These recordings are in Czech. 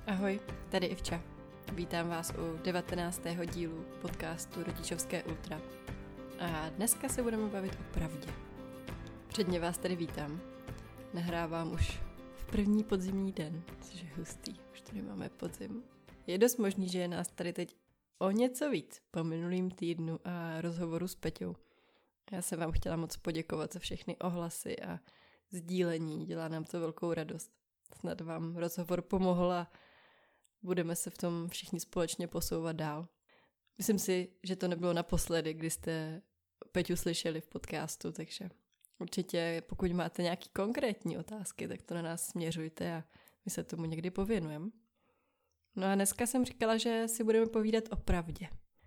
Ahoj, tady Ivča. Vítám vás u 19. dílu podcastu Rodičovské ultra. A dneska se budeme bavit o pravdě. Předně vás tady vítám. Nahrávám už v první podzimní den, což je hustý, už tady máme podzim. Je dost možný, že je nás tady teď o něco víc po minulým týdnu a rozhovoru s Peťou. Já jsem vám chtěla moc poděkovat za všechny ohlasy a sdílení, dělá nám to velkou radost. Snad vám rozhovor pomohl a budeme se v tom všichni společně posouvat dál. Myslím si, že to nebylo naposledy, kdy jste Peťu slyšeli v podcastu, takže určitě pokud máte nějaké konkrétní otázky, tak to na nás směřujte a my se tomu někdy pověnujeme. No a dneska jsem říkala, že si budeme povídat o pravdě.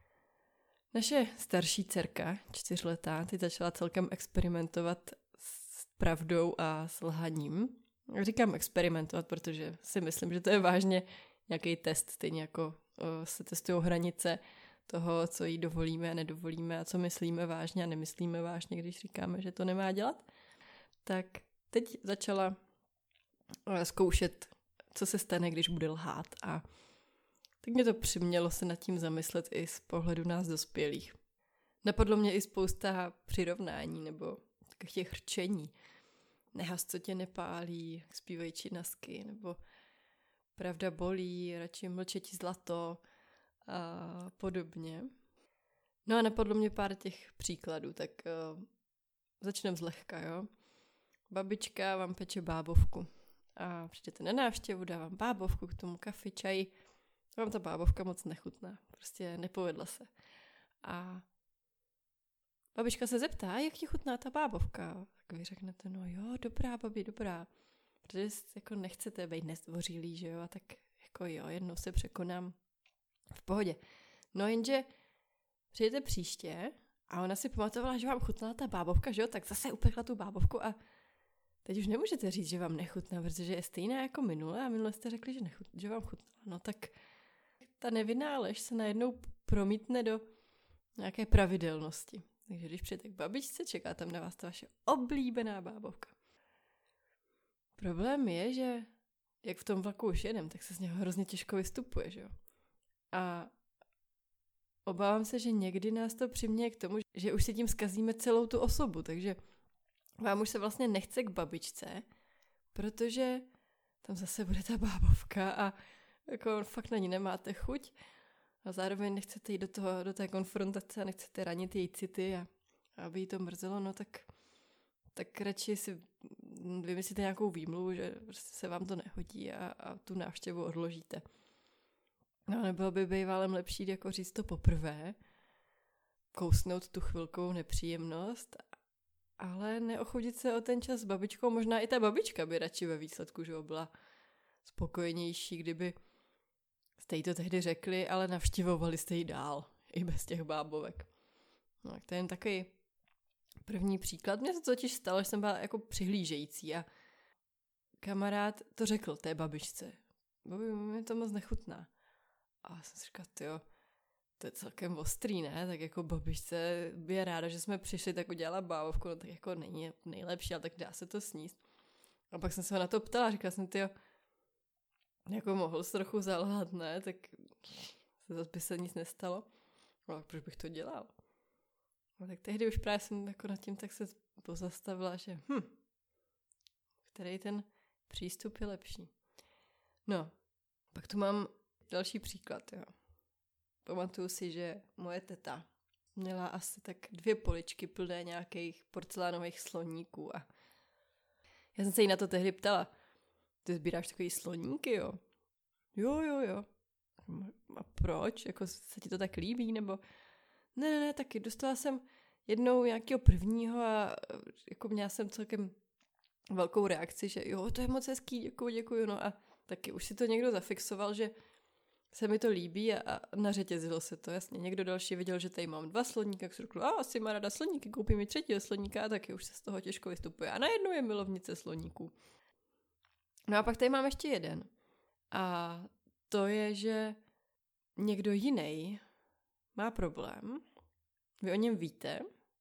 Naše starší dcerka, 4letá, teď začala celkem experimentovat s pravdou a s lhaním. Říkám experimentovat, protože si myslím, že to je vážně nějaký test, stejně jako se testují hranice toho, co jí dovolíme a nedovolíme a co myslíme vážně a nemyslíme vážně, když říkáme, že to nemá dělat. Tak teď začala zkoušet, co se stane, když bude lhát, a tak mě to přimělo se nad tím zamyslet i z pohledu nás dospělých. Napadlo mě i spousta přirovnání nebo takových těch rčení. Nehas, co tě nepálí, zpívají činasky, nebo pravda bolí, radši mlčeti zlato a podobně. No a napadlo mě pár těch příkladů, tak začneme zlehka, jo. Babička vám peče bábovku a přijdete na návštěvu, dá vám bábovku k tomu kafi, čaj. Vám ta bábovka moc nechutná, prostě nepovedla se. A babička se zeptá, jak ti chutná ta bábovka? Tak vy řeknete, no jo, dobrá, babi, dobrá. Protože jako nechcete být nezdvořilý, že jo? A tak jako jo, jednou se překonám v pohodě. No jenže přijdete příště a ona si pamatovala, že vám chutnala ta bábovka, že jo? Tak zase upekla tu bábovku a teď už nemůžete říct, že vám nechutná, protože je stejná jako minule a minule jste řekli, že vám chutnala. No tak ta nevinná lež se najednou promítne do nějaké pravidelnosti. Takže když přijete k babičce, čeká tam na vás ta vaše oblíbená bábovka. Problém je, že jak v tom vlaku už jedem, tak se z něho hrozně těžko vystupuje, že jo? A obávám se, že někdy nás to přiměje k tomu, že už si tím zkazíme celou tu osobu, takže vám už se vlastně nechce k babičce, protože tam zase bude ta bábovka a jako fakt na ní nemáte chuť a zároveň nechcete jít do té konfrontace a nechcete ranit její city a aby jí to mrzelo, no tak radši si vymyslíte nějakou výmluvu, že prostě se vám to nehodí a tu návštěvu odložíte. No nebylo by bývalem lepší jako říct to poprvé, kousnout tu chvilkovou nepříjemnost, ale neochodit se o ten čas s babičkou. Možná i ta babička by radši ve výsledku, že byla spokojenější, kdyby jste jí to tehdy řekli, ale navštěvovali jste jí dál, i bez těch bábovek. No tak to je jen takový první příklad. Mně se to totiž stalo, že jsem byla jako přihlížející a kamarád to řekl té babičce. Babi, mi to moc nechutná. A jsem si říkala, tyjo, to je celkem ostrý, ne? Tak jako babičce je ráda, že jsme přišli, tak udělala bábovku, no tak jako není nejlepší, ale tak dá se to sníst. A pak jsem se ho na to ptala, říkala jsem, tyjo, jako mohl se trochu zalhat, ne? Tak zase by se nic nestalo. No, proč bych to dělal? No, tak tehdy už právě jsem jako nad tím tak se pozastavila, že který ten přístup je lepší. No, pak tu mám další příklad, jo. Pamatuju si, že moje teta měla asi tak 2 poličky plné nějakých porcelánových sloníků a já jsem se jí na to tehdy ptala, ty sbíráš takový sloníky, jo? Jo. A proč? Jako se ti to tak líbí? Nebo ne, taky dostala jsem jednou nějakého prvního a jako měla jsem celkem velkou reakci, že jo, to je moc hezký, děkuju, no a taky už si to někdo zafixoval, že se mi to líbí a nařetězilo se to, jasně. Někdo další viděl, že tady mám 2 sloníka, tak si řekl, asi má ráda sloníky, koupí mi 3. sloníka a taky už se z toho těžko vystupuje. A najednou je milovnice sloníků. No a pak tady mám ještě jeden. A to je, že někdo jiný má problém, vy o něm víte,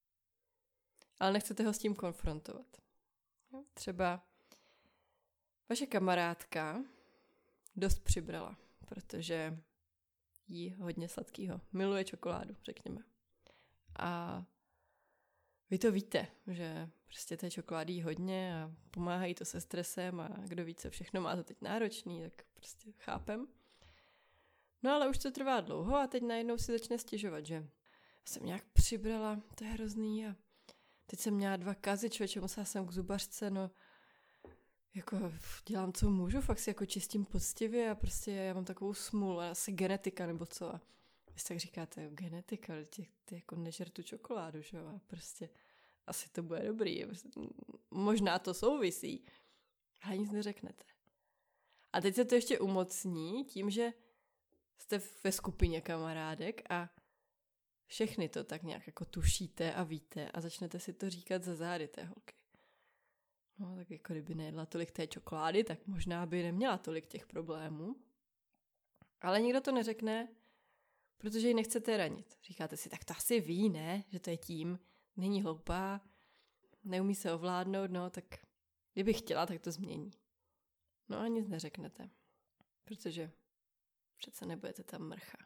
ale nechcete ho s tím konfrontovat. Třeba vaše kamarádka dost přibrala, protože jí hodně sladkýho. Miluje čokoládu, řekněme. A vy to víte, že prostě té čokolády jí hodně a pomáhají to se stresem a kdo ví, co všechno má to teď náročný, tak prostě chápem. No ale už to trvá dlouho a teď najednou si začne stěžovat, že jsem nějak přibrala, to je hrozný a teď jsem měla 2 kazy, člověče, musela jsem k zubařce, no jako dělám, co můžu, fakt si jako čistím poctivě a prostě já mám takovou smůlu, asi genetika nebo co. A vy si tak říkáte, genetika, ty jako nežer tu čokoládu, že jo, a prostě asi to bude dobrý, možná to souvisí, ale nic neřeknete. A teď se to ještě umocní tím, že jste ve skupině kamarádek a všechny to tak nějak jako tušíte a víte a začnete si to říkat za zády té holky. No tak jako kdyby nejedla tolik té čokolády, tak možná by neměla tolik těch problémů. Ale nikdo to neřekne, protože ji nechcete ranit. Říkáte si, tak to asi ví, ne? Že to je tím, není hloupá, neumí se ovládnout, no tak kdyby chtěla, tak to změní. No a nic neřeknete, protože přece nebudete tam mrcha.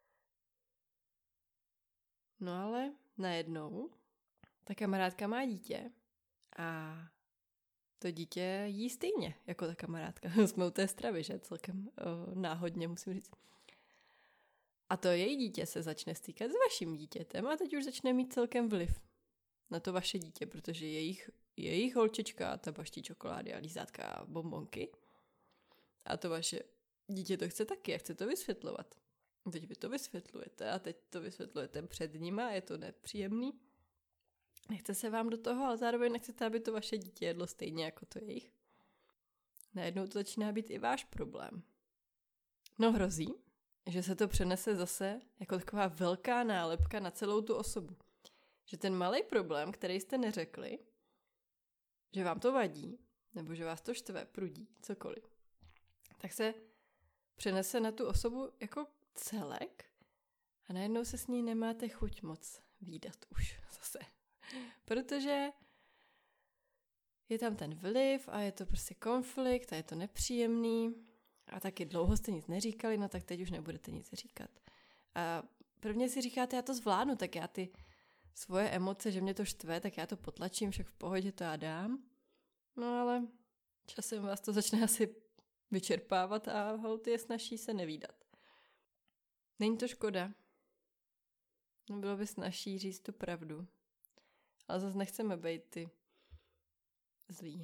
No ale najednou ta kamarádka má dítě a to dítě jí stejně jako ta kamarádka. Jsme u té stravy, že? Celkem náhodně, musím říct. A to její dítě se začne stýkat s vaším dítětem a teď už začne mít celkem vliv na to vaše dítě, protože jejich holčička ta baští čokolády a lízátka a bonbonky a to vaše dítě to chce taky a chce to vysvětlovat. Teď vy to vysvětlujete a teď to vysvětlujete před nima, je to nepříjemný. Nechce se vám do toho, ale zároveň nechcete, aby to vaše dítě jedlo stejně jako to jejich. Najednou to začíná být i váš problém. No hrozí, že se to přenese zase jako taková velká nálepka na celou tu osobu. Že ten malý problém, který jste neřekli, že vám to vadí, nebo že vás to štve, prudí, cokoliv, tak se přenese na tu osobu jako celek a najednou se s ní nemáte chuť moc vídat už zase. Protože je tam ten vliv a je to prostě konflikt a je to nepříjemný a taky dlouho jste nic neříkali, no tak teď už nebudete nic říkat. A prvně si říkáte, já to zvládnu, tak já ty svoje emoce, že mě to štve, tak já to potlačím, však v pohodě to já dám. No ale časem vás to začne asi vyčerpávat a holt je snazší se nevídat. Není to škoda. Bylo by snazší říct tu pravdu. Ale zase nechceme být ty zlí.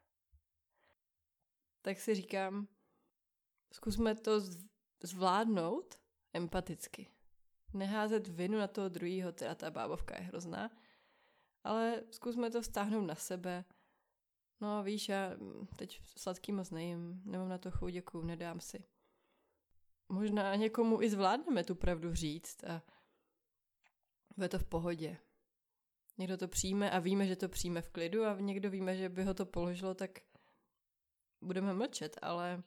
Tak si říkám, zkusme to zvládnout empaticky. Neházet vinu na toho druhýho, teda ta bábovka je hrozná, ale zkusme to vztáhnout na sebe. No víš, já teď sladký moc nejím, nemám na to chuť, děkuju, nedám si. Možná někomu i zvládneme tu pravdu říct a bude to v pohodě. Někdo to přijme a víme, že to přijme v klidu a někdo víme, že by ho to položilo, tak budeme mlčet, ale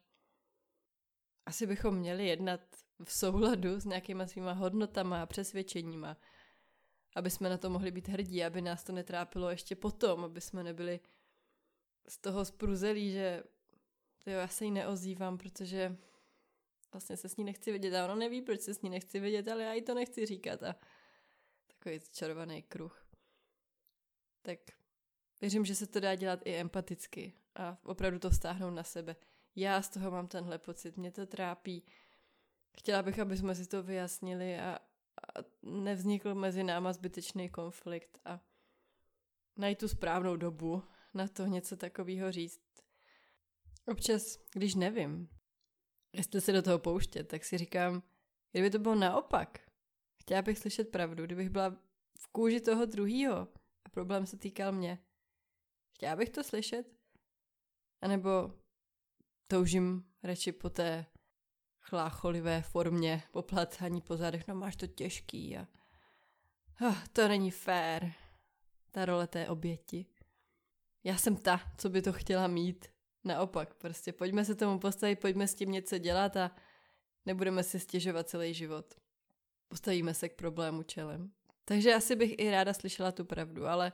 asi bychom měli jednat v souladu s nějakýma svýma hodnotama a přesvědčeníma, aby jsme na to mohli být hrdí, aby nás to netrápilo ještě potom, aby jsme nebyli z toho spruzelí, že já se jí neozývám, protože vlastně se s ní nechci vidět a ona neví, proč se s ní nechci vidět, ale já jí to nechci říkat a takový čarovaný kruh. Tak věřím, že se to dá dělat i empaticky a opravdu to vztáhnout na sebe. Já z toho mám tenhle pocit, mě to trápí. Chtěla bych, aby jsme si to vyjasnili a nevznikl mezi náma zbytečný konflikt a najít tu správnou dobu na to něco takového říct. Občas, když nevím, jestli se do toho pouštět, tak si říkám, kdyby to bylo naopak. Chtěla bych slyšet pravdu, kdybych byla v kůži toho druhýho a problém se týkal mě. Chtěla bych to slyšet? A nebo toužím radši po té chlácholivé formě, po plácání po zádech, no máš to těžký a to není fér, ta role té oběti. Já jsem ta, co by to chtěla mít. Naopak, prostě pojďme se tomu postavit, pojďme s tím něco dělat a nebudeme si stěžovat celý život. Postavíme se k problému čelem. Takže asi bych i ráda slyšela tu pravdu, ale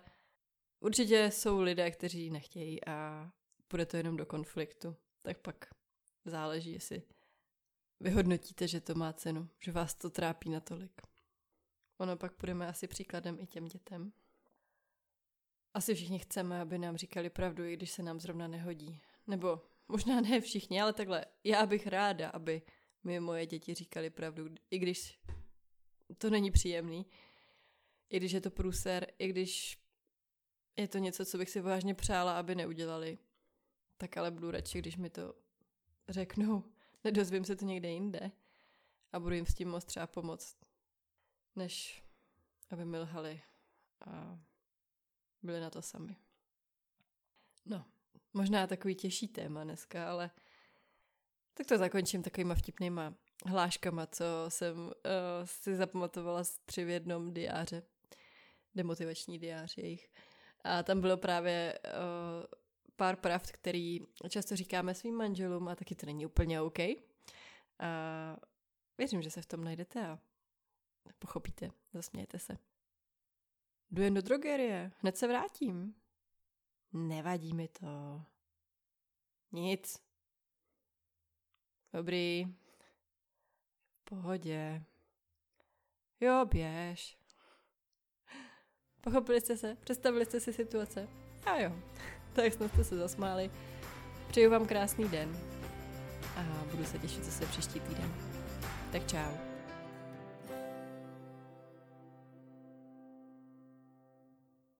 určitě jsou lidé, kteří nechtějí a půjde to jenom do konfliktu. Tak pak záleží, jestli vyhodnotíte, že to má cenu, že vás to trápí natolik. Ono pak půjdeme asi příkladem i těm dětem. Asi všichni chceme, aby nám říkali pravdu, i když se nám zrovna nehodí. Nebo možná ne všichni, ale takhle. Já bych ráda, aby mi moje děti říkali pravdu, i když to není příjemný, i když je to průser, i když je to něco, co bych si vážně přála, aby neudělali. Tak ale budu radši, když mi to řeknou. Nedozvím se to někde jinde a budu jim s tím moc třeba pomoct, než aby mi lhali a byli na to sami. No, možná takový těžší téma dneska, ale tak to zakončím takovýma vtipnýma hláškama, co jsem si zapamatovala z 3 v jednom diáře, demotivační diář jejich. A tam bylo právě pár pravd, který často říkáme svým manželům a taky to není úplně OK. A věřím, že se v tom najdete a pochopíte, zasmějete se. Jdu jen do drogerie, hned se vrátím. Nevadí mi to. Nic. Dobrý. V pohodě. Jo, běž. Pochopili jste se? Představili jste si situace? A jo. Tak snad jste se zasmáli. Přeju vám krásný den. A budu se těšit zase příští týden. Tak čau.